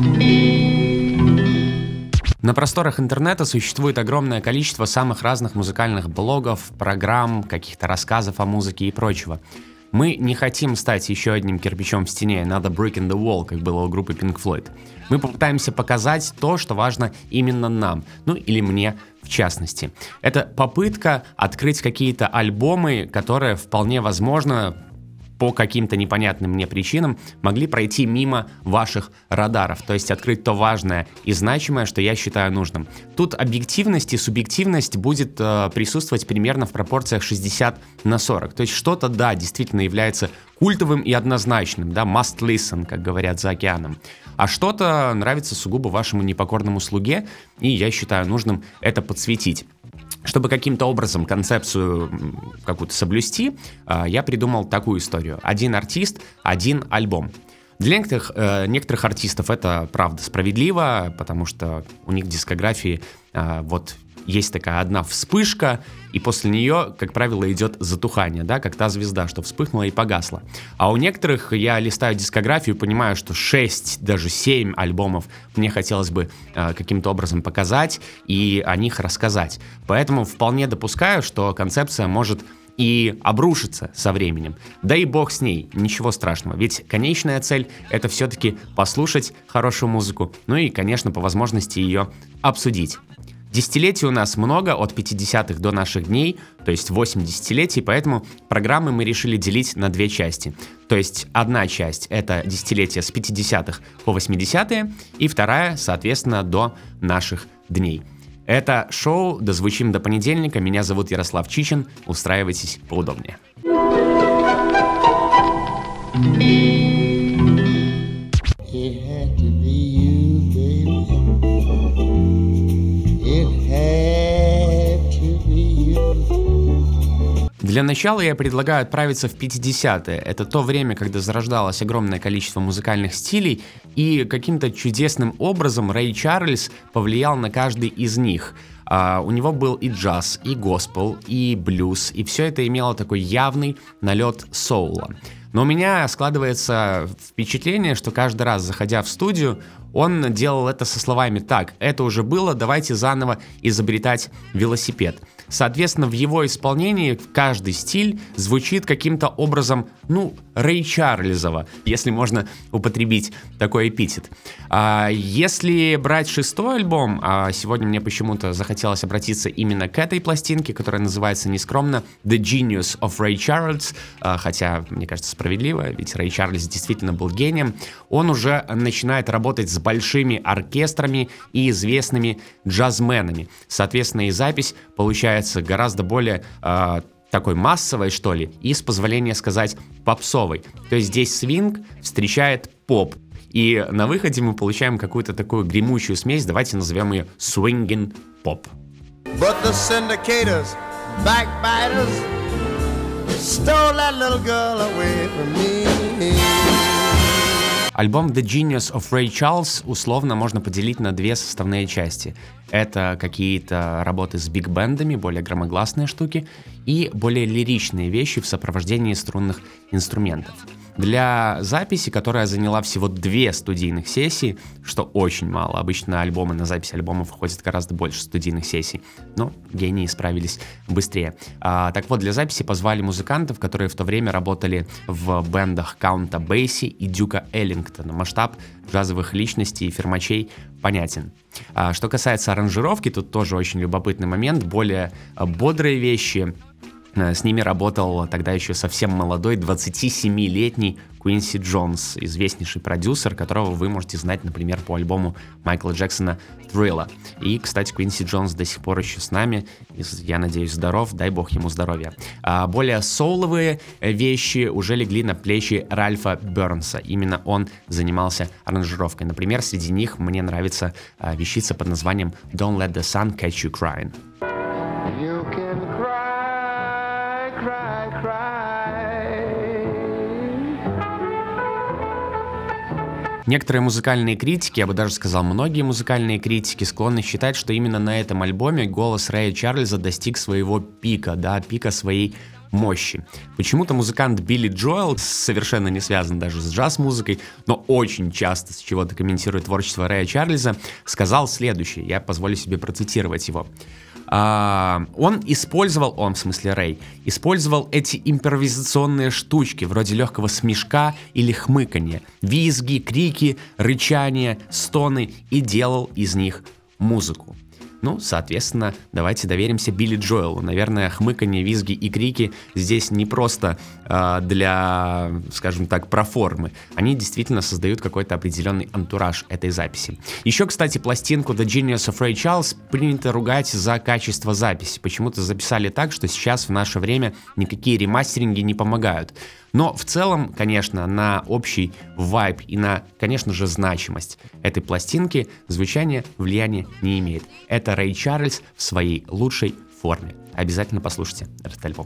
На просторах интернета существует огромное количество самых разных музыкальных блогов, программ, каких-то рассказов о музыке и прочего. Мы не хотим стать еще одним кирпичом в стене, another brick in the wall, как было у группы Pink Floyd. Мы попытаемся показать то, что важно именно нам, ну или мне в частности. Это попытка открыть какие-то альбомы, которые вполне возможно по каким-то непонятным мне причинам могли пройти мимо ваших радаров, то есть открыть то важное и значимое, что я считаю нужным. Тут объективность и субъективность будет присутствовать примерно в пропорциях 60/40, то есть что-то, да, действительно является культовым и однозначным, да, must listen, как говорят за океаном, а что-то нравится сугубо вашему непокорному слуге, и я считаю нужным это подсветить. Чтобы каким-то образом концепцию какую-то соблюсти, я придумал такую историю. Один артист, один альбом. Для некоторых артистов это, правда, справедливо, потому что у них в дискографии вот есть такая одна вспышка, и после нее, как правило, идет затухание, да, как та звезда, что вспыхнула и погасла. А у некоторых я листаю дискографию, понимаю, что 6, даже 7 альбомов мне хотелось бы каким-то образом показать и о них рассказать. Поэтому вполне допускаю, что концепция может и обрушиться со временем. Да и бог с ней, ничего страшного. Ведь конечная цель — это все-таки послушать хорошую музыку, ну и, конечно, по возможности ее обсудить. Десятилетий у нас много, от 50-х до наших дней, то есть 8 десятилетий, поэтому программы мы решили делить на две части. То есть одна часть — это десятилетие с 50-х по 80-е, и вторая, соответственно, до наших дней. Это шоу «Дозвучим до понедельника». Меня зовут Ярослав Чичин. Устраивайтесь поудобнее. Для начала я предлагаю отправиться в 50-е. Это то время, когда зарождалось огромное количество музыкальных стилей, и каким-то чудесным образом Рэй Чарльз повлиял на каждый из них. У него был и джаз, и госпел, и блюз, и все это имело такой явный налет соула. Но у меня складывается впечатление, что каждый раз, заходя в студию, он делал это со словами: «Так, это уже было, давайте заново изобретать велосипед». Соответственно, в его исполнении каждый стиль звучит каким-то образом, Рэй Чарльзово, если можно употребить такой эпитет. Если брать 6-й альбом, сегодня мне почему-то захотелось обратиться именно к этой пластинке, которая называется нескромно «The Genius of Ray Charles», хотя, мне кажется, справедливо, ведь Рэй Чарльз действительно был гением, он уже начинает работать с большими оркестрами и известными джазменами. Соответственно, и запись получается гораздо более такой массовой, что ли, и, с позволения сказать, попсовой. То есть здесь свинг встречает поп. И на выходе мы получаем какую-то такую гремучую смесь, давайте назовем ее swinging pop. But the syndicators, backbiters, stole that little girl away from me. Альбом The Genius of Ray Charles условно можно поделить на две составные части. Это какие-то работы с биг-бендами, более громогласные штуки, и более лиричные вещи в сопровождении струнных инструментов. Для записи, которая заняла всего 2 студийных сессии, что очень мало, обычно на запись альбомов уходит гораздо больше студийных сессий, но гении справились быстрее. Так вот, для записи позвали музыкантов, которые в то время работали в бендах Каунта Бейси и Дюка Эллингтона. Масштаб джазовых личностей и фермачей понятен. Что касается аранжировки, тут тоже очень любопытный момент, более бодрые вещи. С ними работал тогда еще совсем молодой 27-летний Квинси Джонс, известнейший продюсер, которого вы можете знать, например, по альбому Майкла Джексона «Thriller». И, кстати, Квинси Джонс до сих пор еще с нами, я надеюсь, здоров, дай бог ему здоровья. Более соуловые вещи уже легли на плечи Ральфа Бернса. Именно он занимался аранжировкой. Например, среди них мне нравится вещица под названием «Don't let the sun catch you crying». You can cry, cry, cry. Некоторые музыкальные критики, я бы даже сказал, многие музыкальные критики склонны считать, что именно на этом альбоме голос Рэя Чарльза достиг своего пика, да, пика своей мощи. Почему-то музыкант Билли Джоэл, совершенно не связан даже с джаз-музыкой, но очень часто с чего-то комментирует творчество Рэя Чарльза, сказал следующее, я позволю себе процитировать его. Он, в смысле Рэй, использовал эти импровизационные штучки, вроде легкого смешка или хмыканья, визги, крики, рычания, стоны, и делал из них музыку. Ну, соответственно, давайте доверимся Билли Джоэлу. Наверное, хмыканье, визги и крики здесь не просто для, скажем так, проформы. Они действительно создают какой-то определенный антураж этой записи. Еще, кстати, пластинку The Genius of Ray Charles принято ругать за качество записи. Почему-то записали так, что сейчас в наше время никакие ремастеринги не помогают. Но в целом, конечно, на общий вайб и на, конечно же, значимость этой пластинки звучание влияния не имеет. Это Рэй Чарльз в своей лучшей форме. Обязательно послушайте этот альбом.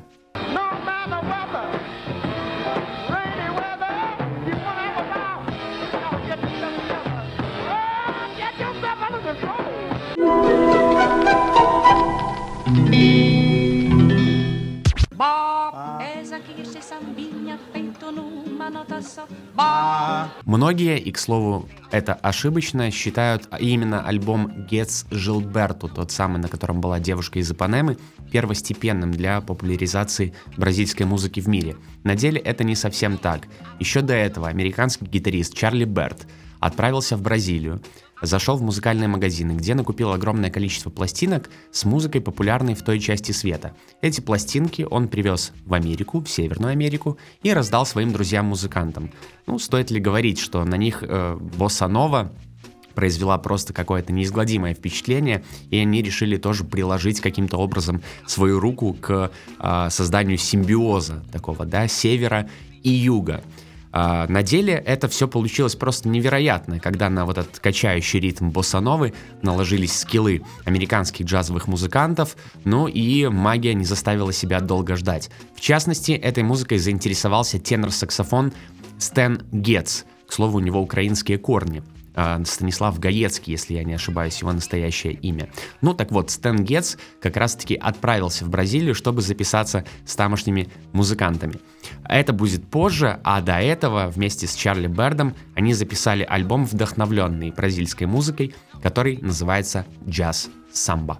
Многие, и, к слову, это ошибочно, считают именно альбом Гетс Жилберту, тот самый, на котором была девушка из Ипанемы, первостепенным для популяризации бразильской музыки в мире. На деле это не совсем так. Еще до этого американский гитарист Чарли Берт отправился в Бразилию, зашел в музыкальные магазины, где накупил огромное количество пластинок с музыкой, популярной в той части света. Эти пластинки он привез в Америку, в Северную Америку, и раздал своим друзьям-музыкантам. Ну, стоит ли говорить, что на них босса-нова произвела просто какое-то неизгладимое впечатление, и они решили тоже приложить каким-то образом свою руку к созданию симбиоза такого, да, севера и юга. На деле это все получилось просто невероятно, когда на вот этот качающий ритм босса-новы наложились скиллы американских джазовых музыкантов, ну и магия не заставила себя долго ждать. В частности, этой музыкой заинтересовался тенор-саксофон Стэн Гетц, к слову, у него украинские корни. Станислав Гаецкий, если я не ошибаюсь, его настоящее имя. Ну так вот, Стэн Гетц как раз-таки отправился в Бразилию, чтобы записаться с тамошними музыкантами. Это будет позже, а до этого вместе с Чарли Бердом они записали альбом, вдохновленный бразильской музыкой, который называется «Джаз Самба».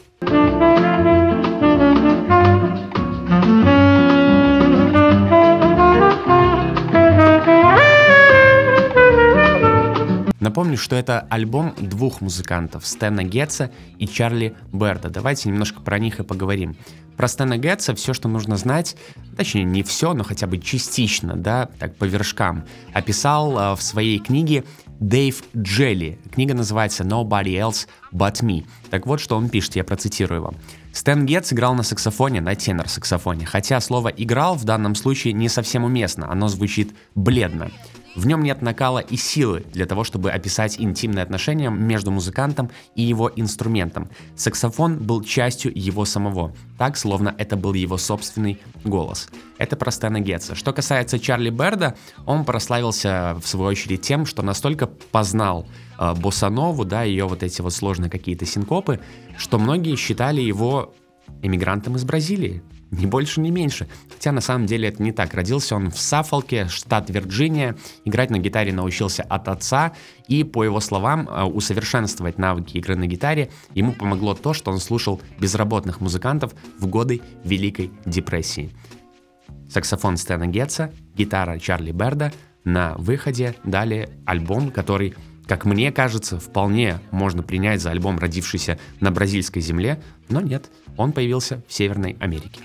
Напомню, что это альбом двух музыкантов, Стэна Гетца и Чарли Берда. Давайте немножко про них и поговорим. Про Стэна Гетца все, что нужно знать, точнее не все, но хотя бы частично, да, так по вершкам, описал в своей книге Дэйв Джелли. Книга называется «Nobody Else But Me». Так вот, что он пишет, я процитирую его. Стэн Гетц играл на саксофоне, на тенор-саксофоне, хотя слово «играл» в данном случае не совсем уместно, оно звучит бледно. В нем нет накала и силы для того, чтобы описать интимные отношения между музыкантом и его инструментом. Саксофон был частью его самого, так, словно это был его собственный голос. Это про Стэна Гетца. Что касается Чарли Берда, он прославился, в свою очередь, тем, что настолько познал боссанову, да, ее вот эти вот сложные какие-то синкопы, что многие считали его эмигрантом из Бразилии. Ни больше, ни меньше. Хотя на самом деле это не так. Родился он в Саффолке, штат Вирджиния. Играть на гитаре научился от отца. И, по его словам, усовершенствовать навыки игры на гитаре ему помогло то, что он слушал безработных музыкантов в годы Великой депрессии. Саксофон Стэна Гетца, гитара Чарли Берда. На выходе далее альбом, который, как мне кажется, вполне можно принять за альбом, родившийся на бразильской земле. Но нет, он появился в Северной Америке.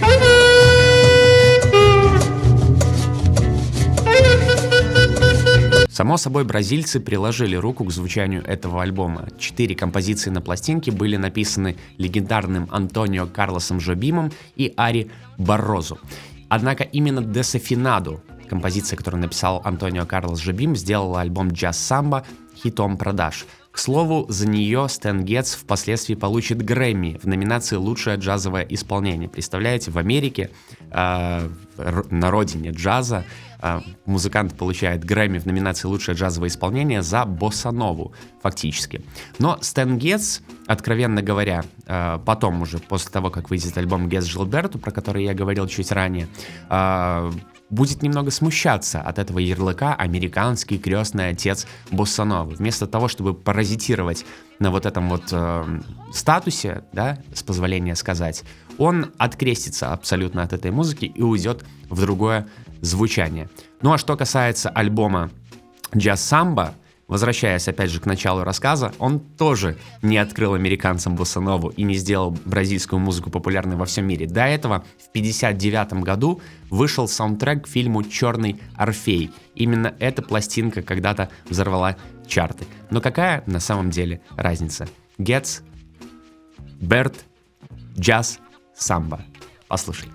Само собой, бразильцы приложили руку к звучанию этого альбома. 4 композиции на пластинке были написаны легендарным Антонио Карлосом Жобимом и Ари Баррозу. Однако именно «Десафинаду», композиция, которую написал Антонио Карлос Жобим, сделала альбом «Джаз Самба» хитом продаж. К слову, за нее Стэн Гетц впоследствии получит Грэмми в номинации «Лучшее джазовое исполнение». Представляете, в Америке, на родине джаза, Музыкант получает Грэмми в номинации «Лучшее джазовое исполнение» за боссанову, фактически. Но Стэн Гетц, откровенно говоря, потом уже, после того, как выйдет альбом «Гетц Жилберту», про который я говорил чуть ранее, будет немного смущаться от этого ярлыка «американский крестный отец боссановы». Вместо того, чтобы паразитировать на вот этом вот статусе, да, с позволения сказать, он открестится абсолютно от этой музыки и уйдет в другое звучание. Ну а что касается альбома «Джаз Самба», возвращаясь опять же к началу рассказа, он тоже не открыл американцам боссанову и не сделал бразильскую музыку популярной во всем мире. До этого в 1959 году вышел саундтрек к фильму «Черный Орфей». Именно эта пластинка когда-то взорвала чарты. Но какая на самом деле разница? Гетц, Берт, Джаз Самба. Послушай.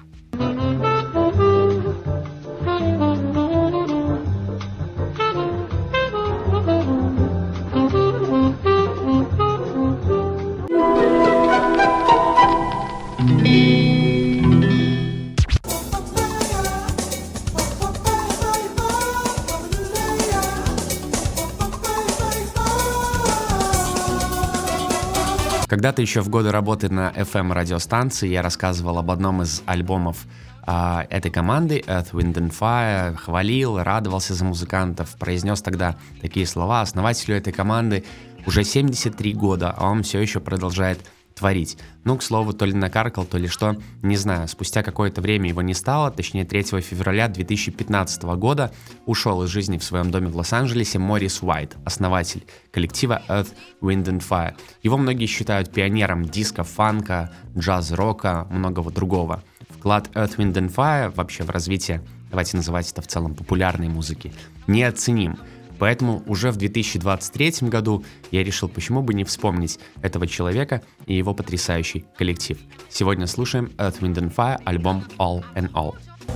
Когда-то еще в годы работы на FM-радиостанции я рассказывал об одном из альбомов этой команды, Earth, Wind and Fire, хвалил, радовался за музыкантов, произнес тогда такие слова: основателю этой команды уже 73 года, а он все еще продолжает творить. Ну, к слову, то ли накаркал, то ли что, не знаю. Спустя какое-то время его не стало, точнее 3 февраля 2015 года ушел из жизни в своем доме в Лос-Анджелесе Моррис Уайт, основатель коллектива Earth, Wind and Fire. Его многие считают пионером диска, фанка, джаз-рока, многого другого. Вклад Earth, Wind and Fire вообще в развитие, давайте называть это в целом популярной музыки, неоценим. Поэтому уже в 2023 году я решил, почему бы не вспомнить этого человека и его потрясающий коллектив. Сегодня слушаем Earth, Wind and Fire, альбом All and All.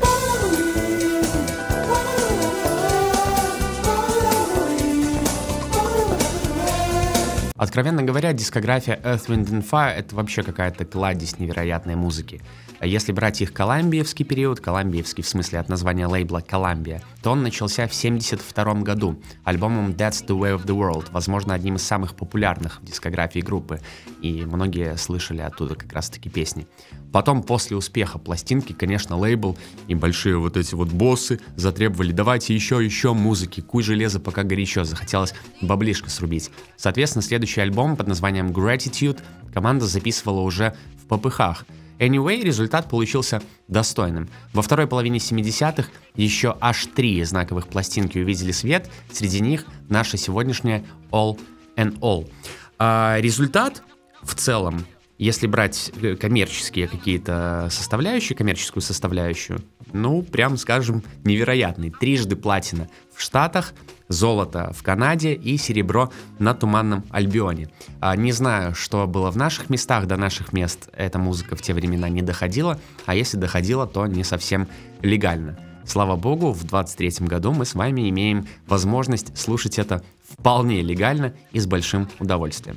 Откровенно говоря, дискография Earth, Wind and Fire — это вообще какая-то кладезь невероятной музыки. Если брать их колумбиевский период, колумбиевский в смысле от названия лейбла Columbia, то он начался в 1972 году альбомом That's the Way of the World, возможно, одним из самых популярных в дискографии группы, и многие слышали оттуда как раз-таки песни. Потом, после успеха пластинки, конечно, лейбл и большие вот эти вот боссы затребовали: давайте еще музыки, куй железо пока горячо, захотелось баблишко срубить. Соответственно, следующий альбом под названием Gratitude команда записывала уже в попыхах. Anyway, результат получился достойным. Во второй половине 70-х еще аж 3 знаковых пластинки увидели свет, среди них наша сегодняшняя All and All. Результат в целом, если брать коммерческие какие-то составляющие, коммерческую составляющую, ну, прям скажем, невероятный. 3 платина в Штатах, золото в Канаде и серебро на Туманном Альбионе. Не знаю, что было в наших местах, до наших мест эта музыка в те времена не доходила, а если доходила, то не совсем легально. Слава богу, в 23-м году мы с вами имеем возможность слушать это вполне легально и с большим удовольствием.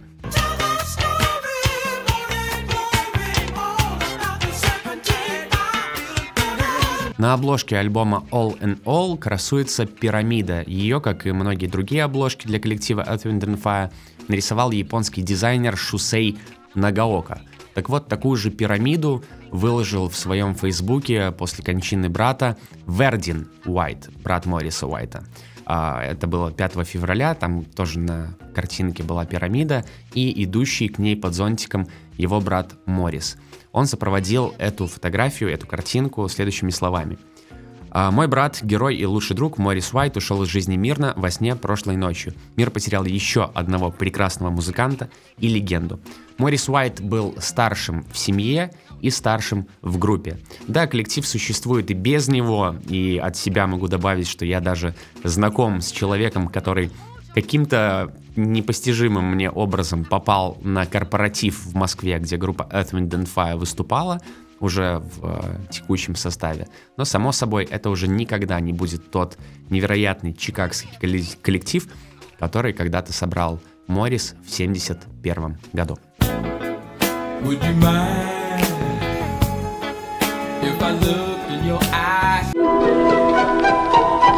На обложке альбома All and All красуется пирамида. Ее, как и многие другие обложки для коллектива Earth, Wind and Fire, нарисовал японский дизайнер Шусей Нагаока. Так вот, такую же пирамиду выложил в своем фейсбуке после кончины брата Вердин Уайт, брат Морриса Уайта. Это было 5 февраля, там тоже на картинке была пирамида и идущий к ней под зонтиком его брат Моррис. Он сопроводил эту фотографию, эту картинку следующими словами. «Мой брат, герой и лучший друг Моррис Уайт ушел из жизни мирно во сне прошлой ночью. Мир потерял еще одного прекрасного музыканта и легенду. Моррис Уайт был старшим в семье и старшим в группе. Да, коллектив существует и без него, и от себя могу добавить, что я даже знаком с человеком, который каким-то непостижимым мне образом попал на корпоратив в Москве, где группа Earth, Wind and Fire выступала уже в текущем составе. Но, само собой, это уже никогда не будет тот невероятный чикагский коллектив, который когда-то собрал Моррис в 1971 году. Would you mind if I looked in your eyes?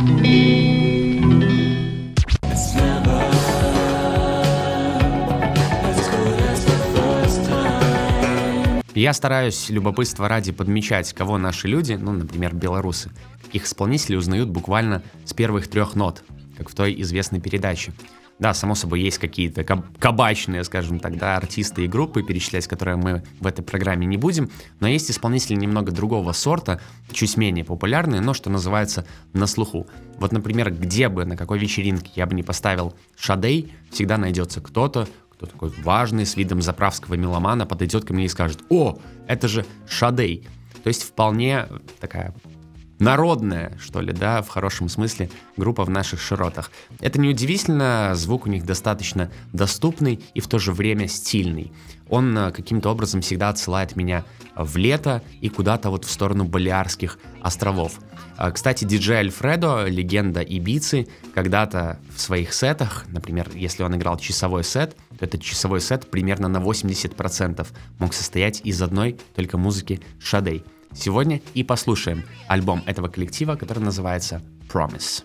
Я стараюсь любопытство ради подмечать, кого наши люди, ну, например, белорусы, их исполнителей узнают буквально с первых 3 нот, как в той известной передаче. Да, само собой, есть какие-то кабачные, скажем так, да, артисты и группы, перечислять которые мы в этой программе не будем, но есть исполнители немного другого сорта, чуть менее популярные, но, что называется, на слуху. Вот, например, где бы, на какой вечеринке я бы не поставил Шадей, всегда найдется кто-то, кто такой важный, с видом заправского меломана, подойдет ко мне и скажет: «О, это же Шадей». То есть вполне такая народная, что ли, да, в хорошем смысле, группа в наших широтах. Это неудивительно, звук у них достаточно доступный и в то же время стильный. Он каким-то образом всегда отсылает меня в лето и куда-то вот в сторону Балеарских островов. Кстати, диджей Альфредо, легенда Ибицы, когда-то в своих сетах, например, если он играл часовой сет, то этот часовой сет примерно на 80% мог состоять из одной только музыки Шадей. Сегодня и послушаем альбом этого коллектива, который называется Promise.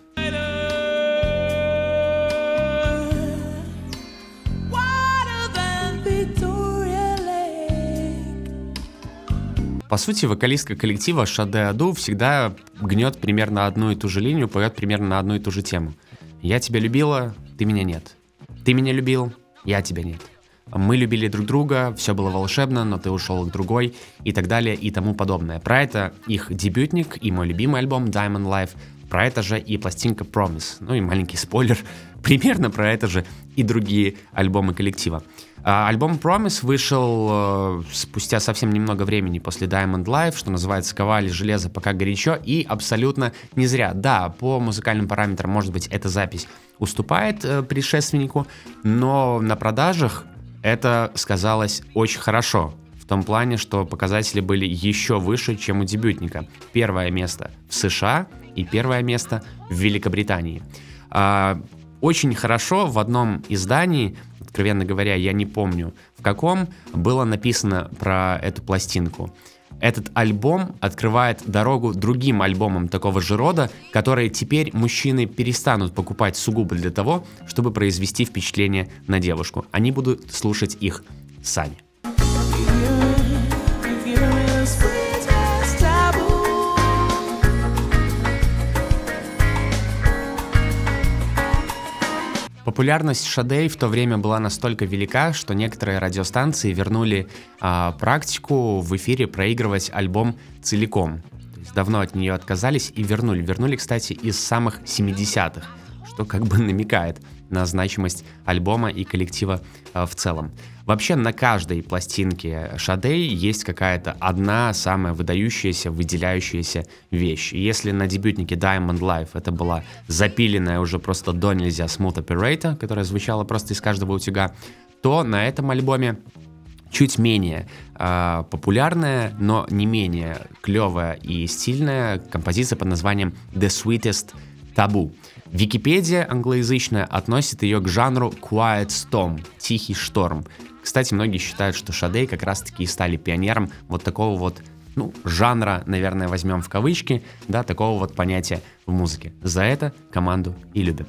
По сути, вокалистка коллектива Шаде Аду всегда гнет примерно одну и ту же линию, поет примерно на одну и ту же тему. «Я тебя любила, ты меня нет. Ты меня любил, я тебя нет. Мы любили друг друга, все было волшебно, но ты ушел к другой», и так далее и тому подобное. Про это их дебютник и мой любимый альбом Diamond Life, про это же и пластинка Promise. Ну и маленький спойлер, примерно про это же и другие альбомы коллектива. Альбом Promise вышел спустя совсем немного времени после Diamond Life, что называется, ковали железо пока горячо, и абсолютно не зря. Да, по музыкальным параметрам, может быть, эта запись уступает предшественнику, но на продажах это сказалось очень хорошо, в том плане, что показатели были еще выше, чем у дебютника. 1 место в США и 1 место в Великобритании. Очень хорошо в одном издании, откровенно говоря, я не помню в каком, было написано про эту пластинку. Этот альбом открывает дорогу другим альбомам такого же рода, которые теперь мужчины перестанут покупать сугубо для того, чтобы произвести впечатление на девушку. Они будут слушать их сами. Популярность Шадей в то время была настолько велика, что некоторые радиостанции вернули практику в эфире проигрывать альбом целиком. То есть давно от нее отказались и вернули. Вернули, кстати, из самых 70-х, что как бы намекает на значимость альбома и коллектива в целом. Вообще на каждой пластинке Шадей есть какая-то одна самая выдающаяся, выделяющаяся вещь. И если на дебютнике Diamond Life это была запиленная уже просто до нельзя Smooth Operator, которая звучала просто из каждого утюга, то на этом альбоме чуть менее популярная, но не менее клевая и стильная композиция под названием The Sweetest Taboo. Википедия англоязычная относит ее к жанру Quiet Storm, тихий шторм. Кстати, многие считают, что Шадей как раз-таки и стали пионером вот такого вот, жанра, наверное, возьмем в кавычки, да, такого вот понятия в музыке. За это команду и любим.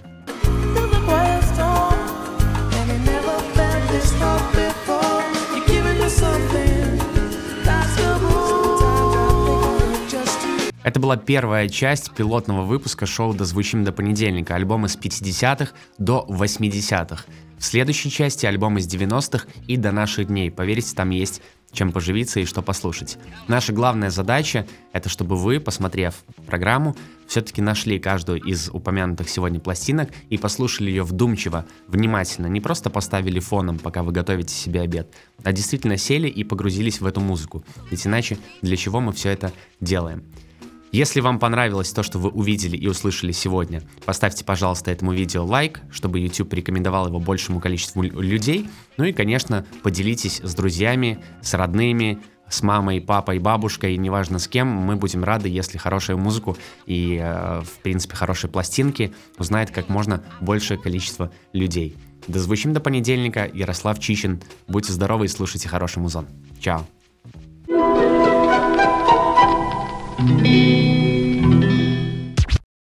Это была первая часть пилотного выпуска шоу «Дозвучим до понедельника», альбомы с 50-х до 80-х. В следующей части альбомы с 90-х и до наших дней. Поверьте, там есть чем поживиться и что послушать. Наша главная задача — это чтобы вы, посмотрев программу, все-таки нашли каждую из упомянутых сегодня пластинок и послушали ее вдумчиво, внимательно. Не просто поставили фоном, пока вы готовите себе обед, а действительно сели и погрузились в эту музыку. Ведь иначе для чего мы все это делаем? Если вам понравилось то, что вы увидели и услышали сегодня, поставьте, пожалуйста, этому видео лайк, чтобы YouTube порекомендовал его большему количеству людей. Ну и, конечно, поделитесь с друзьями, с родными, с мамой, папой, бабушкой, неважно с кем. Мы будем рады, если хорошую музыку и, в принципе, хорошие пластинки узнает как можно большее количество людей. Дозвучим до понедельника. Ярослав Чичин. Будьте здоровы и слушайте хороший музон. Чао.